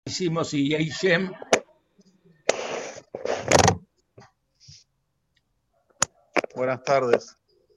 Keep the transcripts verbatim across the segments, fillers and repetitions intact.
Hicimos y Shem. Buenas tardes.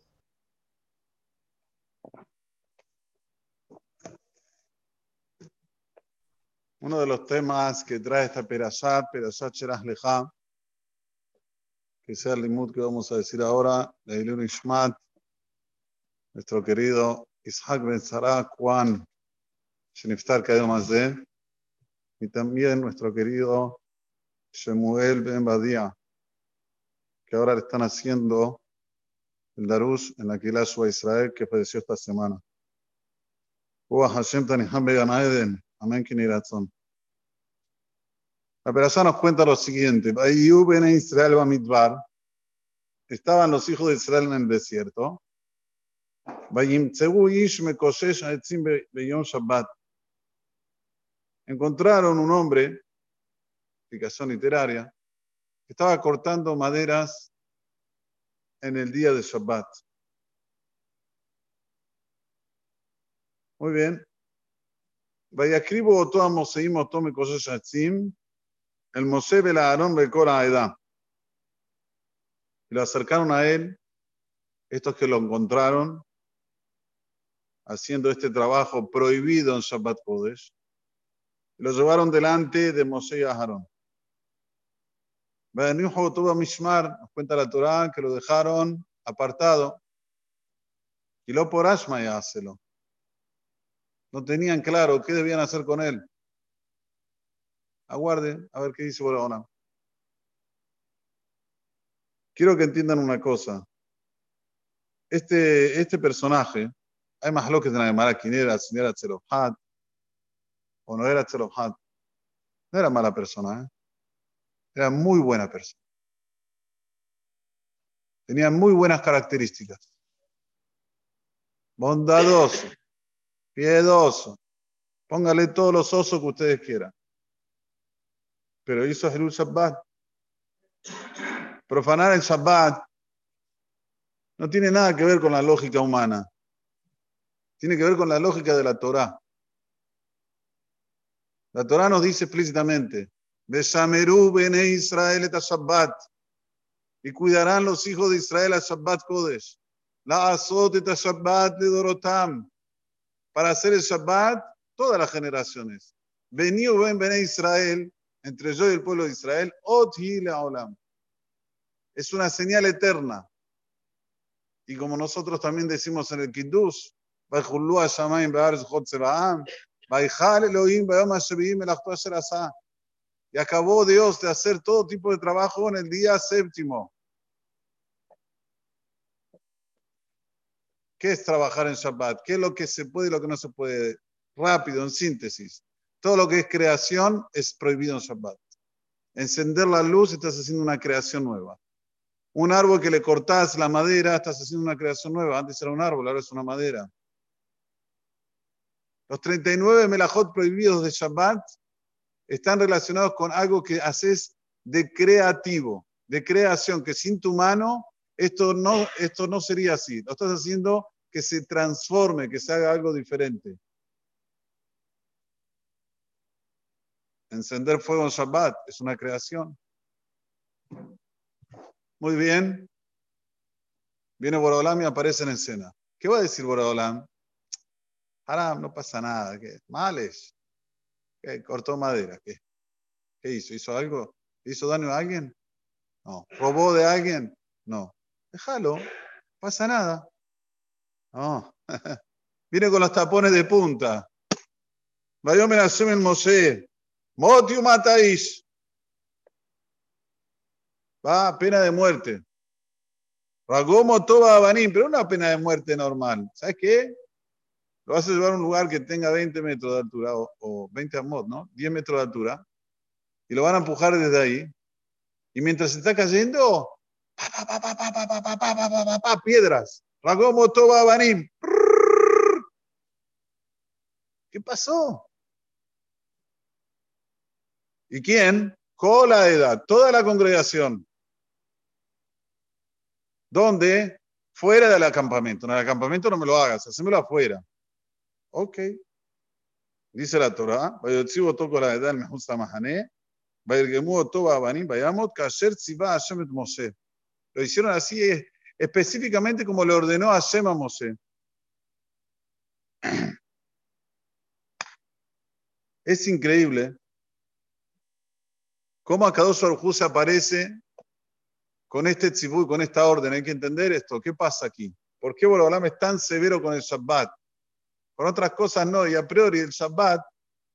Uno de los temas que trae esta Perashat, Perashat Sherach Lecha, que sea el limud que vamos a decir ahora, de Ilun Ishmat, nuestro querido Ishak Ben Sarah Juan Sheniftar Kadel Mazé, y también nuestro querido Shemuel Ben Badia, que ahora le están haciendo el Darush en la Kila Shua Israel, que falleció esta semana. Ua Hashem Taniham Began Aeden, amén Kiniratzon. La Perashá nos cuenta lo siguiente: Vayu Bene Israel Bamidbar, estaban los hijos de Israel en el desierto. Vayimtzeu Ish Mekoshesh Ha'etzim Beyom Shabbat. Encontraron un hombre, explicación literaria, que estaba cortando maderas en el día de Shabbat. Muy bien. Vayakribu Oto a Moseim Oto Mekoshesh Ha'etzim, el Moshe Bel Aarón Bekol Ha'edah. Y lo acercaron a él, estos que lo encontraron haciendo este trabajo prohibido en Shabbat Kodesh. Lo llevaron delante de Moshe y Aarón. Nos cuenta la Torá que lo dejaron apartado. Y lo por Ashma ya hacelo. No tenían claro qué debían hacer con él. Aguarden a ver qué dice Boraholam. Quiero que entiendan una cosa. Este, este personaje, hay más lo que en la Gemara, quién era, si era Tzelofhat o no era Tzelofhat. No era mala persona, ¿eh? Era muy buena persona. Tenía muy buenas características. Bondadoso, piedoso. Póngale todos los osos que ustedes quieran. Pero hizo el Shabbat. Profanar el Shabbat no tiene nada que ver con la lógica humana. Tiene que ver con la lógica de la Torá. La Torá nos dice explícitamente: Beshameru bene Israel et Shabbat. Y cuidarán los hijos de Israel a Shabbat Kodesh. La azot et Shabbat le dorotam. Para hacer el Shabbat, todas las generaciones. Veniu ben bene Israel, entre yo y el pueblo de Israel, ot hi le'olam. Es una señal eterna. Y como nosotros también decimos en el Kiddush, Vaychullu hashamayim be'aretz chot tzeba'am, Vaychal Elohim b'yom hashvi'i melachto asher asah. Y acabó Dios de hacer todo tipo de trabajo en el día séptimo. ¿Qué es trabajar en Shabbat? ¿Qué es lo que se puede y lo que no se puede? Rápido, en síntesis. Todo lo que es creación es prohibido en Shabbat. Encender la luz, estás haciendo una creación nueva. Un árbol que le cortás la madera, estás haciendo una creación nueva. Antes era un árbol, ahora es una madera. Los treinta y nueve melajot prohibidos de Shabbat están relacionados con algo que haces de creativo, de creación, que sin tu mano esto no, esto no sería así. Lo estás haciendo que se transforme, que se haga algo diferente. Encender fuego en Shabbat es una creación. Muy bien. Viene Boraholam y aparece en escena. ¿Qué va a decir Boraholam? Haram, no pasa nada. ¿Qué? Males. ¿Qué? Cortó madera. ¿Qué? ¿Qué hizo? ¿Hizo algo? ¿Hizo daño a alguien? No. ¿Robó de alguien? No. Déjalo. No pasa nada. No. Viene con los tapones de punta. Vayomer Hashem el Moshe. Motiu matais. Va, pena de muerte. Ragomo toba abanim, pero una pena de muerte normal. ¿Sabes qué? Lo vas a llevar a un lugar que tenga veinte metros de altura, o, o veinte amot, ¿no? diez metros de altura, y lo van a empujar desde ahí. Y mientras se está cayendo, pa, pa, pa, pa, pa, pa, pa, pa, pa, pa, pa, pa, piedras. Ragomo toba abanim. ¿Qué pasó? ¿Y quién? Con la edad, toda la congregación. ¿Dónde? Fuera del acampamento. En el acampamento no me lo hagas, hacémelo afuera. Ok. Dice la Torah, "Vayotziu toco la edad me gusta mahané, vayergemu toba abanim vayamot kasher tziva Hashem et Moshe." Lo hicieron así eh, específicamente como le ordenó a Hashem a Moshe. Es increíble cómo Akadosh Baruj Hu se aparece con este tzivú, con esta orden. Hay que entender esto. ¿Qué pasa aquí? ¿Por qué Borobalam es tan severo con el Shabbat? Con otras cosas no, y a priori el Shabbat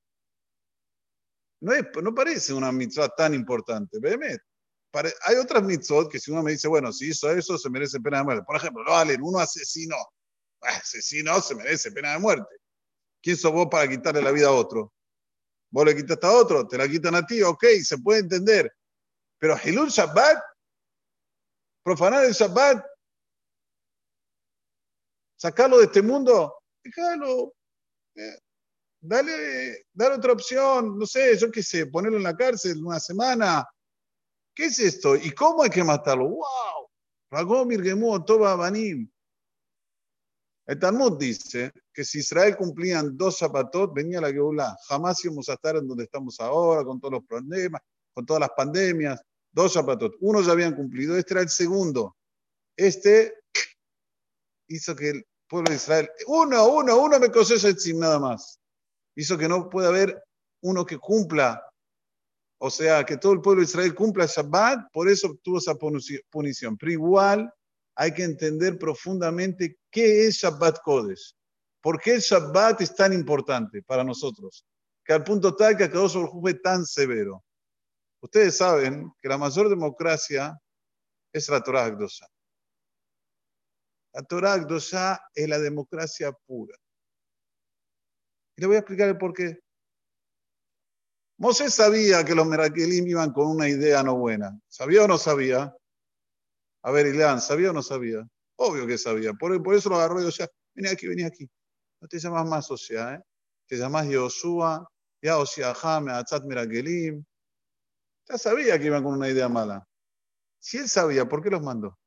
no, es, no parece una mitzvah tan importante. Behemet. Hay otras mitzvot que si uno me dice, bueno, si hizo eso, se merece pena de muerte. Por ejemplo, no valen, uno asesinó. Asesino se merece pena de muerte. ¿Quién sos vos para quitarle la vida a otro? Vos le quitaste a otro, te la quitan a ti, ok, se puede entender. Pero Hilul Shabbat, profanar el Shabbat, sacarlo de este mundo, déjalo. Eh, dale, dale otra opción, no sé, yo qué sé, ponerlo en la cárcel una semana. ¿Qué es esto? ¿Y cómo hay que matarlo? ¡Wow! Ragomir Gemu Toba Banim. El Talmud dice que si Israel cumplían dos Shabbatot, venía la Geulah. Jamás íbamos a estar en donde estamos ahora, con todos los problemas, con todas las pandemias. Dos Shabbatot. Uno ya habían cumplido, este era el segundo. Este hizo que el pueblo de Israel, uno, uno, uno me cosecha sin nada más. Hizo que no pueda haber uno que cumpla, o sea, que todo el pueblo de Israel cumpla Shabbat, por eso obtuvo esa punición. Pero igual hay que entender profundamente qué es Shabbat Kodesh. ¿Por qué el Shabbat es tan importante para nosotros? Que al punto tal que Akadosh Baruj Hu fue tan severo. Ustedes saben que la mayor democracia es la Torah Akdosha. La Torah Akdosha es la democracia pura. Y le voy a explicar el por qué. Moshe sabía que los Merakelim iban con una idea no buena. ¿Sabía o no sabía? A ver, Ileán, ¿sabía o no sabía? Obvio que sabía. Por, por eso lo agarró y dijo, ya, vení aquí, vení aquí. No te llamas más Osea, ¿eh? Te llamas Yoshua, ya Osea Hame, Atzat Merakelim. Ya sabía que iban con una idea mala. Si él sabía, ¿por qué los mandó?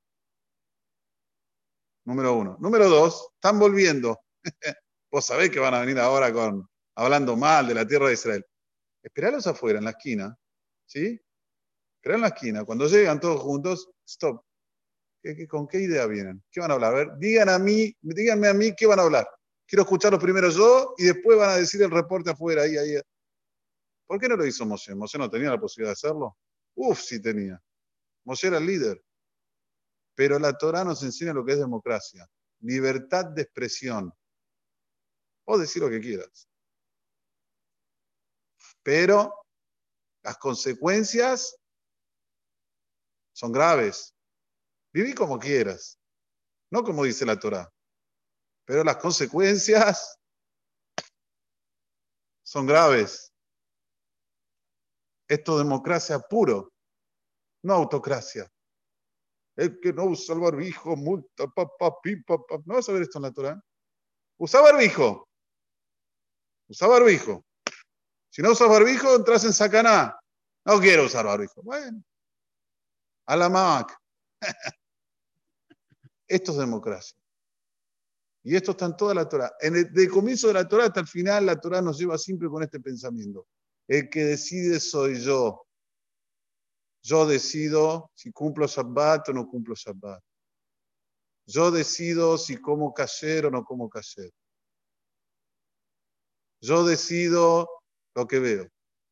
Número uno. Número dos, están volviendo. Vos sabés que van a venir ahora con hablando mal de la tierra de Israel. Esperalos afuera, en la esquina. ¿Sí? Esperá en la esquina. Cuando llegan todos juntos, stop. ¿Qué, qué, ¿Con qué idea vienen? ¿Qué van a hablar? A ver, digan a mí, díganme a mí qué van a hablar. Quiero escucharlos primero yo y después van a decir el reporte afuera. Ahí, ahí. ¿Por qué no lo hizo Moshe? ¿Moshe no tenía la posibilidad de hacerlo? Uf, sí tenía. Moshe era el líder. Pero la Torah nos enseña lo que es democracia. Libertad de expresión. Vos decís lo que quieras. Pero las consecuencias son graves. Viví como quieras. No como dice la Torah. Pero las consecuencias son graves. Esto es democracia puro, no autocracia. El que no usa el barbijo, multa, papá, pipa, papá. ¿No vas a ver esto en la Torah? Usa barbijo. Usa barbijo. Si no usas barbijo, entras en sacaná. No quiero usar barbijo. Bueno. A la Mac. Esto es democracia. Y esto está en toda la Torah. En el, desde el comienzo de la Torah hasta el final, la Torah nos lleva siempre con este pensamiento. El que decide soy yo. Yo decido si cumplo Shabbat o no cumplo Shabbat. Yo decido si como kasher o no como kasher. Yo decido lo que veo.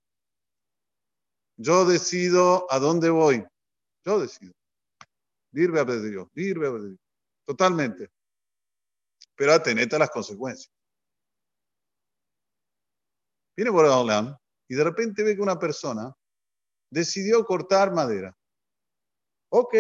Yo decido a dónde voy. Yo decido. Dirbe a Dios. Dirbe a Dios. Totalmente. Pero atenete a las consecuencias. Viene por Olam y de repente ve que una persona decidió cortar madera. Ok.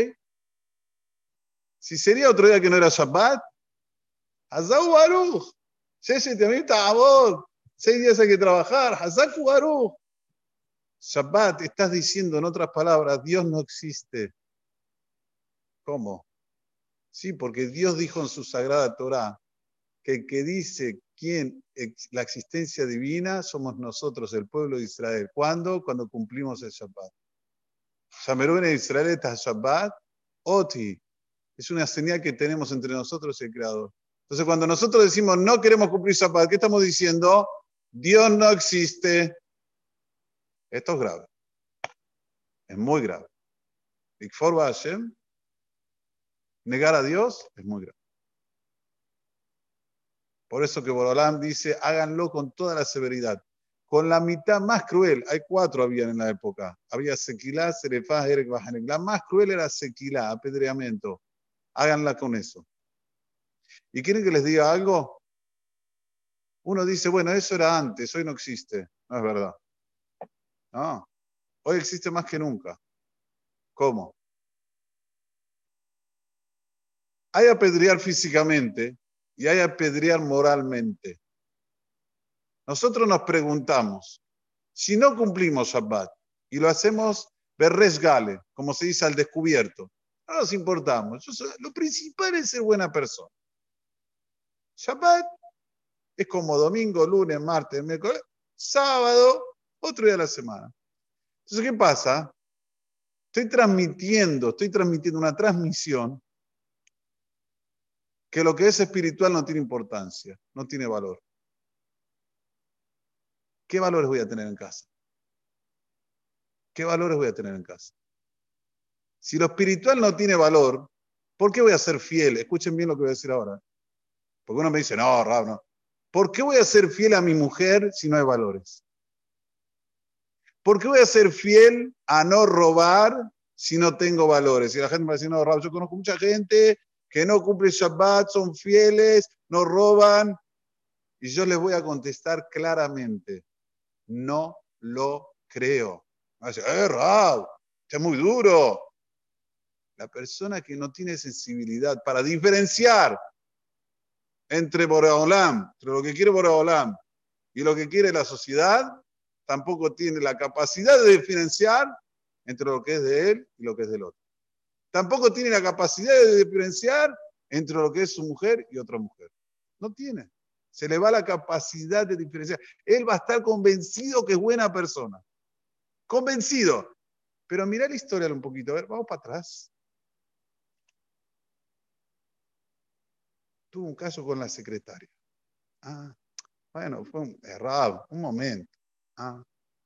Si sería otro día que no era Shabbat, Hazau Baruch. Seis días hay que trabajar. Hazau Baruch. Shabbat, estás diciendo en otras palabras, Dios no existe. ¿Cómo? Sí, porque Dios dijo en su sagrada Torah que el que dice quién la existencia divina somos nosotros, el pueblo de Israel. ¿Cuándo? Cuando cumplimos el Shabbat. Shamerú en Israel está Shabbat, Oti. Es una señal que tenemos entre nosotros y el Creador. Entonces, cuando nosotros decimos no queremos cumplir Shabbat, ¿qué estamos diciendo? Dios no existe. Esto es grave. Es muy grave. Ikfor ba Hashem, negar a Dios es muy grave. Por eso que Borolam dice, háganlo con toda la severidad. Con la mitad más cruel, hay cuatro habían en la época. Había Sequilá, Serefá, Erek, Bajanek. La más cruel era Sequilá, apedreamiento. Háganla con eso. ¿Y quieren que les diga algo? Uno dice, bueno, eso era antes, hoy no existe. No es verdad. No, hoy existe más que nunca. ¿Cómo? Hay apedrear físicamente y hay apedrear moralmente. Nosotros nos preguntamos, si no cumplimos Shabbat y lo hacemos berresgale, como se dice al descubierto, no nos importamos. Lo principal es ser buena persona. Shabbat es como domingo, lunes, martes, miércoles, sábado, otro día de la semana. Entonces, ¿qué pasa? Estoy transmitiendo, estoy transmitiendo una transmisión que lo que es espiritual no tiene importancia, no tiene valor. ¿Qué valores voy a tener en casa? ¿Qué valores voy a tener en casa? Si lo espiritual no tiene valor, ¿por qué voy a ser fiel? Escuchen bien lo que voy a decir ahora. Porque uno me dice, no, Rab, no. ¿Por qué voy a ser fiel a mi mujer si no hay valores? ¿Por qué voy a ser fiel a no robar si no tengo valores? Y la gente me dice, no, Rab, yo conozco mucha gente que no cumple Shabbat, son fieles, no roban. Y yo les voy a contestar claramente, no lo creo. Me dice, eh, Rab, es muy duro. La persona que no tiene sensibilidad para diferenciar entre Boreolam, entre lo que quiere Boreolam y lo que quiere la sociedad, tampoco tiene la capacidad de diferenciar entre lo que es de él y lo que es del otro. Tampoco tiene la capacidad de diferenciar entre lo que es su mujer y otra mujer. No tiene. Se le va la capacidad de diferenciar. Él va a estar convencido que es buena persona. Convencido. Pero mirá la historia un poquito. A ver, vamos para atrás. Tuvo un caso con la secretaria. Ah, bueno, fue un errado, un momento. Ah.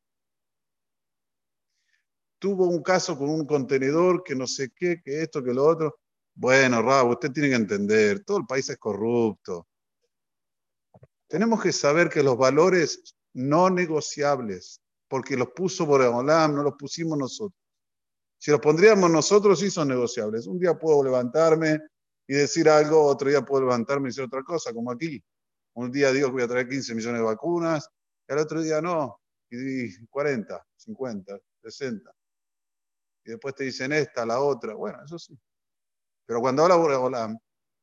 Tuvo un caso con un contenedor que no sé qué, que esto, que lo otro. Bueno, Rab, usted tiene que entender, todo el país es corrupto. Tenemos que saber que los valores no negociables, porque los puso Boreolam, no los pusimos nosotros. Si los pondríamos nosotros, sí son negociables. Un día puedo levantarme y decir algo, otro día puedo levantarme y decir otra cosa, como aquí. Un día digo que voy a traer quince millones de vacunas, y al otro día no, y cuarenta, cincuenta, sesenta. Y después te dicen esta, la otra. Bueno, eso sí. Pero cuando habla Boreolam,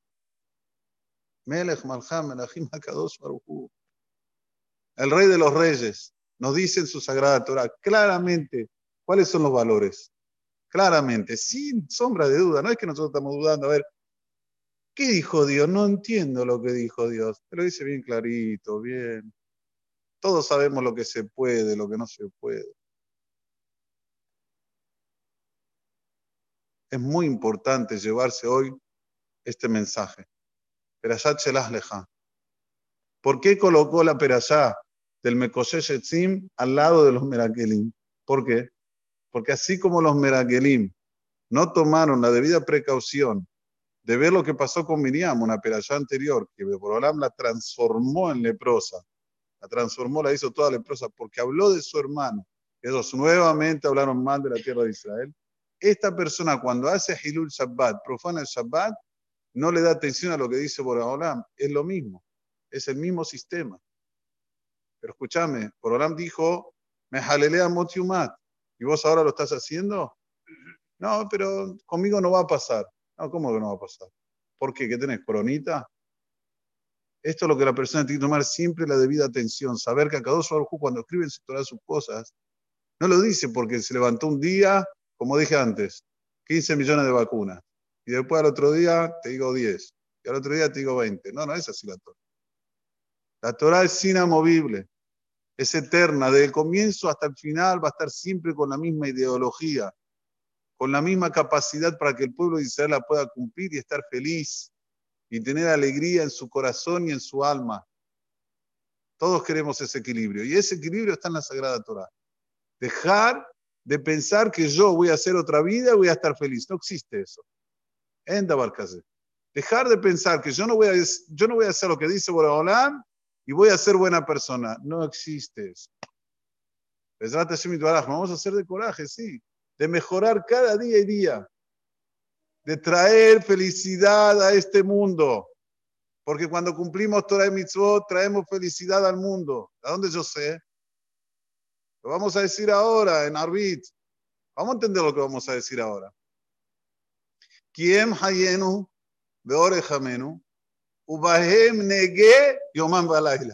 Melech Malham Melachim Hakadosh Baruj Hu, el rey de los reyes, nos dice en su sagrada Torah claramente cuáles son los valores. Claramente, sin sombra de duda. No es que nosotros estamos dudando, a ver, ¿qué dijo Dios? No entiendo lo que dijo Dios. Pero dice bien clarito, bien. Todos sabemos lo que se puede, lo que no se puede. Es muy importante llevarse hoy este mensaje. Perashat Shelach Lecha. ¿Por qué colocó la Perashá del Mekoshesh Etzim al lado de los Merakelim? ¿Por qué? Porque así como los Merakelim no tomaron la debida precaución de ver lo que pasó con Miriam, una perashá anterior, que Borolam la transformó en leprosa, la transformó, la hizo toda leprosa, porque habló de su hermano. Ellos nuevamente hablaron mal de la tierra de Israel. Esta persona, cuando hace Hilul Shabbat, profana el Shabbat, no le da atención a lo que dice Borolam. Es lo mismo, es el mismo sistema. Pero escúchame, Borolam dijo, me jalelea motiumat, y vos ahora lo estás haciendo. No, pero conmigo no va a pasar. No, ¿cómo que no va a pasar? ¿Por qué? ¿Qué tenés? ¿Coronita? Esto es lo que la persona tiene que tomar siempre la debida atención. Saber que a Kadosh Baruj Hu, cuando escribe en su Torah sus cosas, no lo dice porque se levantó un día, como dije antes, quince millones de vacunas. Y después al otro día te digo diez. Y al otro día te digo veinte. No, no es así la Torah. La Torah es inamovible. Es eterna. Desde el comienzo hasta el final va a estar siempre con la misma ideología, con la misma capacidad para que el pueblo de Israel la pueda cumplir y estar feliz y tener alegría en su corazón y en su alma. Todos queremos ese equilibrio. Y ese equilibrio está en la Sagrada Torah. Dejar de pensar que yo voy a hacer otra vida y voy a estar feliz. No existe eso. En Dabarkase. Dejar de pensar que yo no voy a, yo no voy a hacer lo que dice Boreolam y voy a ser buena persona. No existe eso. Vamos a hacer de coraje, sí. De mejorar cada día y día. De traer felicidad a este mundo. Porque cuando cumplimos Torah y Mitzvot, traemos felicidad al mundo. ¿A dónde yo sé? Lo vamos a decir ahora en Arbit. Vamos a entender lo que vamos a decir ahora. Kiem hayenu beorejamenu ubahem nege yomam balayla.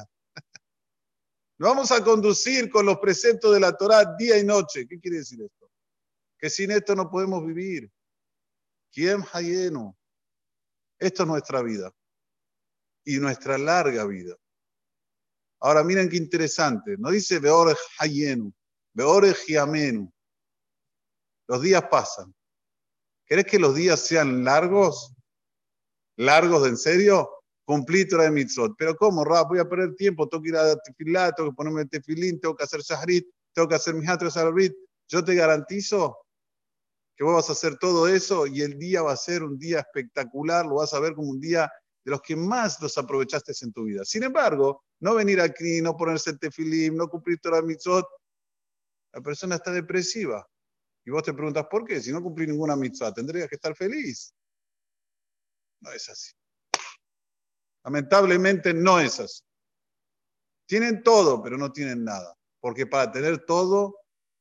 Nos vamos a conducir con los preceptos de la Torah día y noche. ¿Qué quiere decir esto? Que sin esto no podemos vivir. Kiem hayenu. Esto es nuestra vida. Y nuestra larga vida. Ahora miren qué interesante. No dice beorej hayenu, beorej yamenu. Los días pasan. ¿Querés que los días sean largos? ¿Largos de en serio? Cumplir Torah de Mitzvot. Pero ¿cómo, Rab? Voy a perder tiempo. Tengo que ir a tefilá, tengo que ponerme el tefilín, tengo que hacer shahrit, tengo que hacer mis atros arbit. Yo te garantizo que vos vas a hacer todo eso y el día va a ser un día espectacular. Lo vas a ver como un día de los que más los aprovechaste en tu vida. Sin embargo, no venir aquí, no ponerse el tefilín, no cumplir Torah de Mitzvot, la persona está depresiva. Y vos te preguntas, ¿por qué? Si no cumplí ninguna mitzvah, tendrías que estar feliz. No es así. Lamentablemente no es así. Tienen todo, pero no tienen nada. Porque para tener todo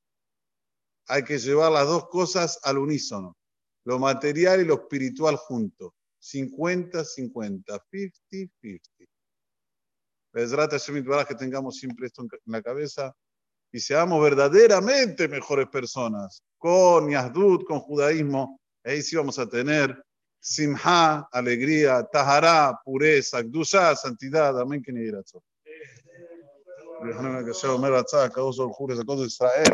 hay que llevar las dos cosas al unísono. Lo material y lo espiritual juntos. cincuenta cincuenta, cincuenta cincuenta. Bezrat Hashem Yitbaraj, que tengamos siempre esto en la cabeza y seamos verdaderamente mejores personas. Con Yahdut, con judaísmo, ahí sí vamos a tener simha, alegría, tahará, pureza, kdusha, santidad. Amén. Que ni dirá. Israel.